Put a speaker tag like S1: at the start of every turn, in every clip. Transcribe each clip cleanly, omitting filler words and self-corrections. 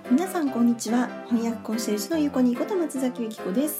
S1: 皆さんこんにちは。翻訳コンシェルジュのゆこにこと松崎由紀子です。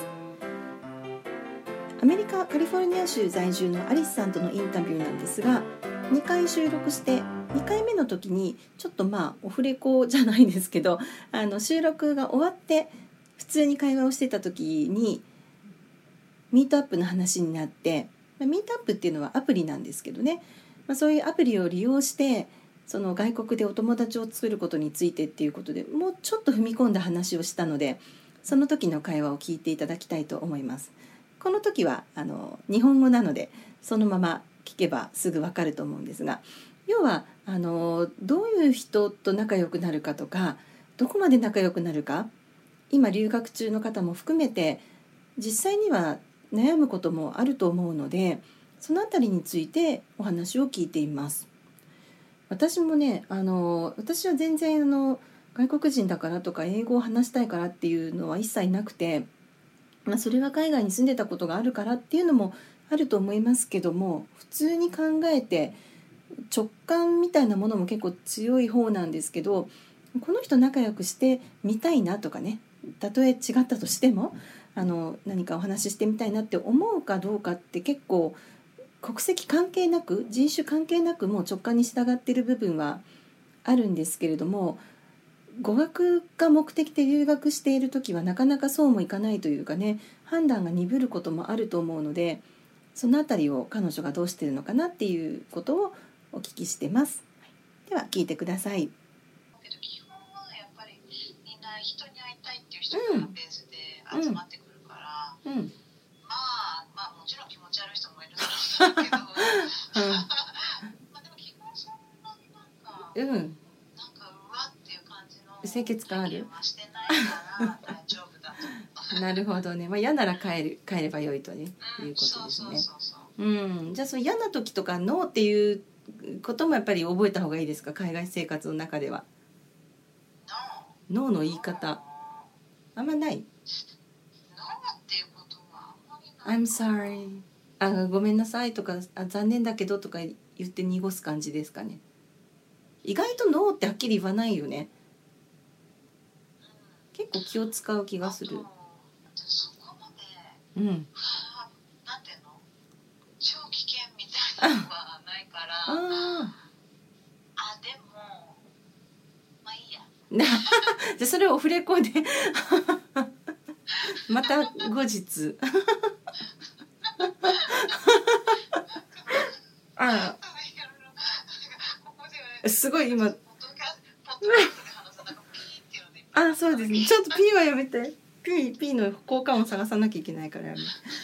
S1: アメリカカリフォルニア州在住のアリスさんとのインタビューなんですが、2回収録して2回目の時にちょっとオフレコじゃないんですけど、収録が終わって普通に会話をしてた時にミートアップの話になって、ミートアップっていうのはアプリなんですけどね、そういうアプリを利用してその外国でお友達を作ることについてっていうことでもうちょっと踏み込んだ話をしたので、その時の会話を聞いていただきたいと思います。この時は日本語なのでそのまま聞けばすぐわかると思うんですが、要はどういう人と仲良くなるかとか、どこまで仲良くなるか、今留学中の方も含めて実際には悩むこともあると思うので、そのあたりについてお話を聞いています。私もね、私は全然外国人だからとか英語を話したいからっていうのは一切なくて、それは海外に住んでたことがあるからっていうのもあると思いますけども、普通に考えて直感みたいなものも結構強い方なんですけど、この人仲良くしてみたいなとかね、たとえ違ったとしても何かお話ししてみたいなって思うかどうかって結構国籍関係なく、人種関係なくもう直感に従っている部分はあるんですけれども、語学が目的で留学している時はなかなかそうもいかないというかね、判断が鈍ることもあると思うので、そのあたりを彼女がどうしているのかなっていうことをお聞きしてます。では聞いてください。
S2: 基本はやっぱりみんな人に会いたいっていう人がベースで集まってくるから、もちろん気持ち悪い人もいるんだけど、でも基本そんなになんかうわっていう感じの
S1: 清潔感ある
S2: はしてないから大丈夫だと
S1: なるほどね、嫌なら帰ればよいと、いうことですね。じゃあその嫌な時とかノーっていうこともやっぱり覚えた方がいいですか、海外生活の中では。ノーの言い方あんまない。
S2: ノーっていうことはあんまりない。
S1: I'm sorry、ごめんなさいとか、残念だけどとか言って濁す感じですかね。意外とノーってはっきり言わないよね。結構気を使う気がする。
S2: そこまで、なんていうの、超危険みたいなのはないから、でもいいや
S1: じゃあそれをオフレコでまた後日すごい今そうですね、ちょっと P はやめて、 P の効果音探さなきゃいけないからやめて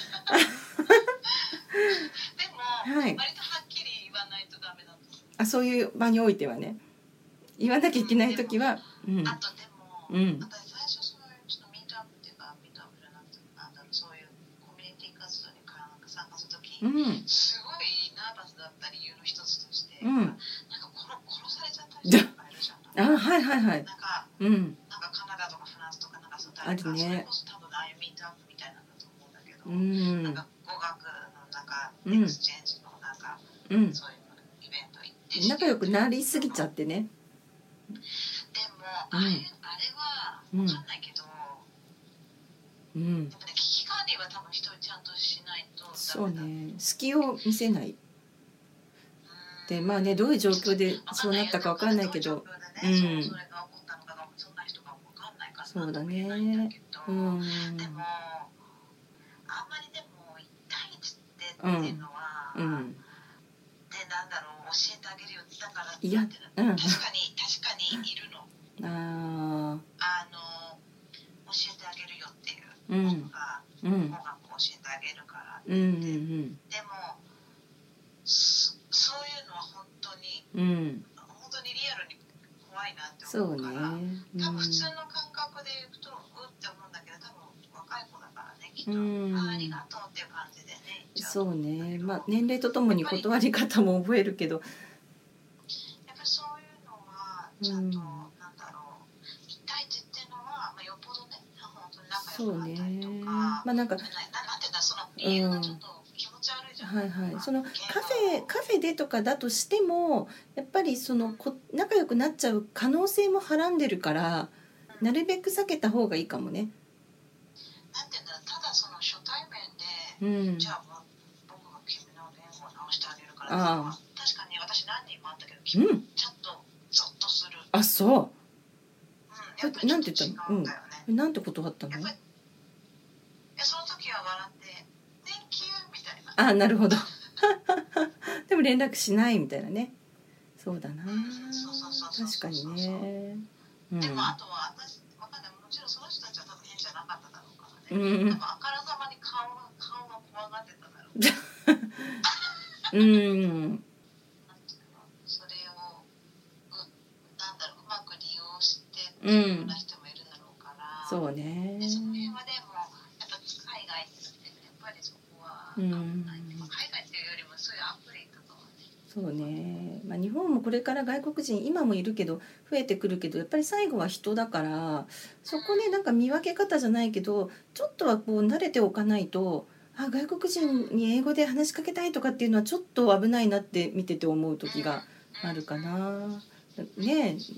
S2: でも、割とはっきり言わないとダメなんです。
S1: そういう場においてはね、言わなきゃいけないときは、
S2: あとでも、私最初そういうちょっとミートアップっていうか、ミートアップじゃなくてそういうコミュニティ活動に参加するとき、すごいナーバスだった理由の一つとして、なんか殺されちゃった人とかいるじゃん。なんかカナダとかフランスとか誰か、それこそ多分ああいうミートアップみたいなんだと思うんだけど、なんか語学のエクスチェンジのそういうイベント行って
S1: 仲良くなりすぎちゃってね。
S2: でもあれは分かんないけど、やっぱね、危機管理は多分人ちゃんとしないとダメだ。
S1: そうね、隙を見せないで、どういう状況でそうなったか分かんないけど、
S2: それが起こったのかそんな人が分かんないから
S1: そうだね。
S2: でもあんまりでも1対1っていうのは、でなんだろう、教えてあげるよってだからって確かにいるの。教えてあげるよっていう人が語学を教えてあげるからって言って、でもそういうのは本当にリアルに怖いなって思うから、多分普通の感覚でいくとって思うんだけど、多分若い子だからね、きっとありがとうっていう感じでね。
S1: そうね、年齢とともに断り方も覚えるけど、
S2: やっぱりそういうのはちゃんと、なんだろう、一対一っていうのは、よっぽどね、本当に仲良くなったりとか、なんていうんだ、その理由がちょっと気持ち悪いじゃん。
S1: そのカフェでとかだとしても、やっぱりその仲良くなっちゃう可能性もはらんでるから、 なるべく避けた方がいいかもね。
S2: なんていうんだろう、ただその初対面で、
S1: うん、
S2: じゃあ僕が君の言語を直してあげるからっていうのは確かに私何人もあったけど、ちょっとゾッとする。
S1: あ、そう。
S2: やっぱりちょっと違うんだよね。
S1: なんて断ったの？
S2: やっぱりその時は笑って「Thank you」みたいな。
S1: あ、なるほど。でも連絡しないみたいなね。そうだな。確かにね。
S2: でもあとは私わかんない、もちろんその人たちは多分変じゃなかっただろうからね。多分あからさまに顔が怖がってただろう。それをなんだろう、うまく利用してっていうような人もいるだろうから。そうね。でその辺はでもやっぱ海外ってやっぱりそこは海外っていうよりもそういうアプリとかはね。
S1: そうね。まあ日本もこれから外国人今もいるけど増えてくるけど、やっぱり最後は人だから、そこね、なんか見分け方じゃないけどちょっとはこう慣れておかないと、あ、外国人に英語で話しかけたいとかっていうのはちょっと危ないなって見てて思う時があるかな。ね。
S2: で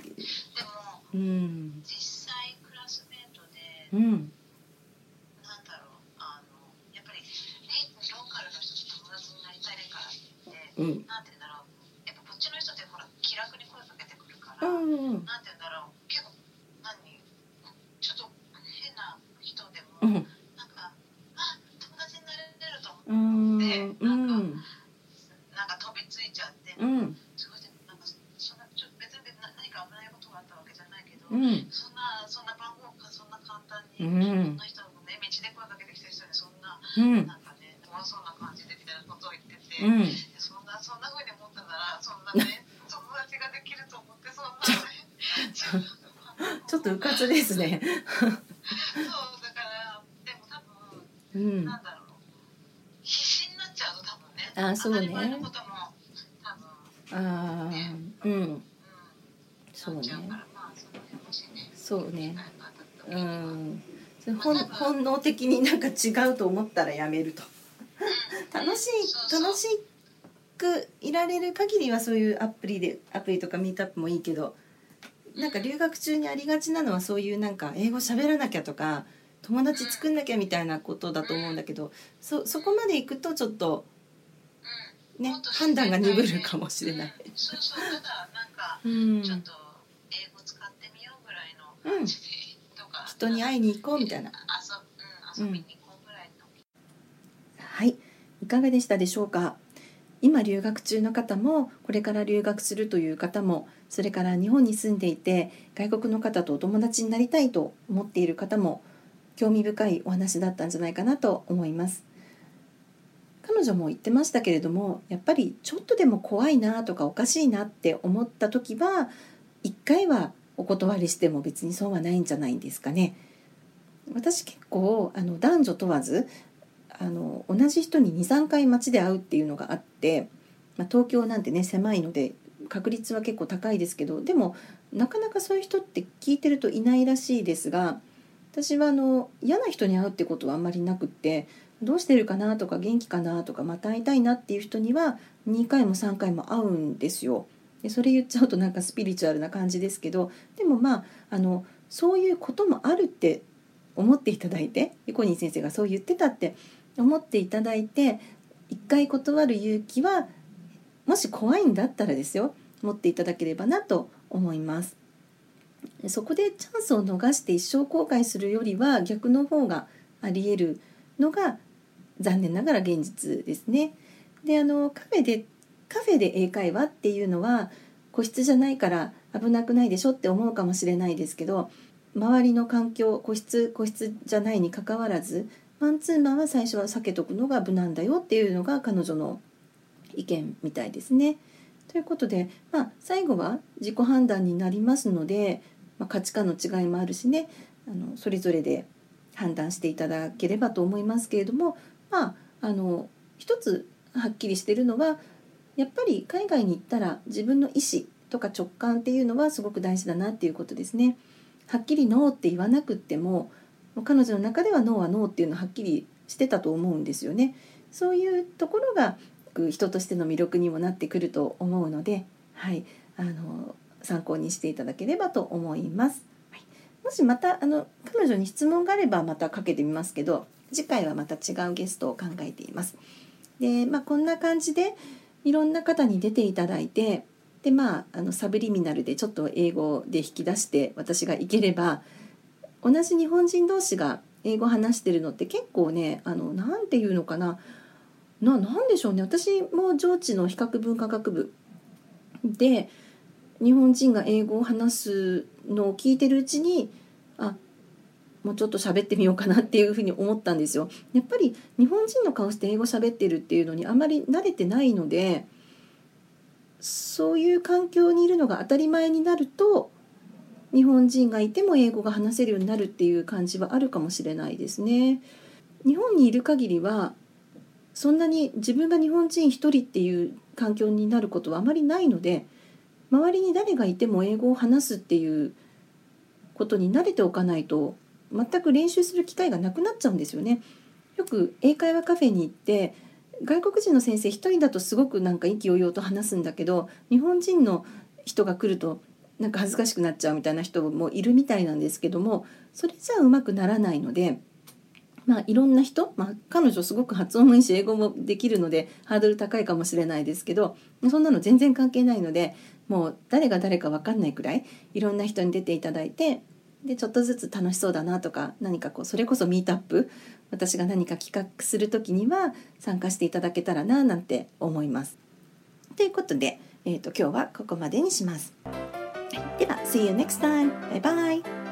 S2: も、実際クラスメートで、なんだろう、やっぱりローカルの人と友達になりたいからって言って、なんて言うんだろう、やっぱこっちの人ってほら気楽に声かけてくるから、なんて言うんだろう、結構ちょっと変な人でも、なんか友達になれると思って、なんか飛びついちゃって、すごいなんかそんな別に何か危ないことがあったわけじゃないけど、そんな番号かそんな簡単に、そんな人もね、道で声かけてきた人にそんな、なんかね、怖そうな感じでみたいなことを言ってて、そんな風に思ったならそんなね、友達ができると思ってそんなね
S1: ちょっとうかつですね。
S2: そうだからでも多分、なんだろう、必死になっちゃうと多分ね、
S1: そうね、
S2: 当たり前のことも多分ね、そうね、
S1: そうね、本能的になんか違うと思ったらやめると。楽しくいられる限りはそういうアプリとかミートアップもいいけど、なんか留学中にありがちなのはそういうなんか英語喋らなきゃとか友達作んなきゃみたいなことだと思うんだけど、そこまでいくとちょっとね、判断が鈍るかもしれない。
S2: そうただなんかちょっと英語使ってみようぐらいの感じで、とか
S1: 人に会いに行こうみたいな、
S2: 遊びに行こうぐらいの。
S1: はい、いかがでしたでしょうか。今留学中の方もこれから留学するという方も、それから日本に住んでいて外国の方とお友達になりたいと思っている方も興味深いお話だったんじゃないかなと思います。彼女も言ってましたけれども、やっぱりちょっとでも怖いなとかおかしいなって思った時は一回はお断りしても別に損はないんじゃないんですかね。私結構男女問わず同じ人に 2,3 回街で会うっていうのがあって、東京なんてね狭いので確率は結構高いですけど、でもなかなかそういう人って聞いてるといないらしいですが、私は嫌な人に会うってことはあんまりなくって、どうしてるかなとか元気かなとかまた会いたいなっていう人には2回も3回も会うんですよ。でそれ言っちゃうとなんかスピリチュアルな感じですけど、でもそういうこともあるって思っていただいて、コニー先生がそう言ってたって思っていただいて、一回断る勇気はもし怖いんだったらですよ、持っていただければなと思います。そこでチャンスを逃して一生後悔するよりは逆の方があり得るのが残念ながら現実ですね。でカフェで英会話っていうのは個室じゃないから危なくないでしょって思うかもしれないですけど、周りの環境、個室じゃないにかかわらずマンツーマンは最初は避けとくのが無難だよっていうのが彼女の意見みたいですね。ということで、最後は自己判断になりますので、価値観の違いもあるしね、それぞれで判断していただければと思いますけれども、一つはっきりしているのはやっぱり海外に行ったら自分の意思とか直感っていうのはすごく大事だなっていうことですね。はっきりノーって言わなくっても彼女の中ではノーはノーっていうのははっきりしてたと思うんですよね。そういうところが人としての魅力にもなってくると思うので、参考にしていただければと思います。 もしまた彼女に質問があればまたかけてみますけど、次回はまた違うゲストを考えています。で、こんな感じでいろんな方に出ていただいて、でサブリミナルでちょっと英語で引き出して私がいければ、同じ日本人同士が英語を話してるのって結構ね、なんていうのかな、なんでしょうね、私も上智の比較文化学部で日本人が英語を話すのを聞いてるうちに、もうちょっと喋ってみようかなっていうふうに思ったんですよ。やっぱり日本人の顔して英語喋ってるっていうのにあまり慣れてないので、そういう環境にいるのが当たり前になると、日本人がいても英語が話せるようになるっていう感じはあるかもしれないですね。日本にいる限りはそんなに自分が日本人一人っていう環境になることはあまりないので、周りに誰がいても英語を話すっていうことに慣れておかないと全く練習する機会がなくなっちゃうんですよね。よく英会話カフェに行って外国人の先生一人だとすごく意気揚々と話すんだけど、日本人の人が来ると恥ずかしくなっちゃうみたいな人もいるみたいなんですけども、それじゃあうまくならないので、いろんな人、彼女すごく発音もいいし英語もできるのでハードル高いかもしれないですけど、そんなの全然関係ないので、もう誰が誰か分かんないくらいいろんな人に出ていただいて、でちょっとずつ楽しそうだなとか、何かそれこそミートアップ、私が何か企画する時には参加していただけたらななんて思います。ということで、今日はここまでにします。では See you next time. バイバイ。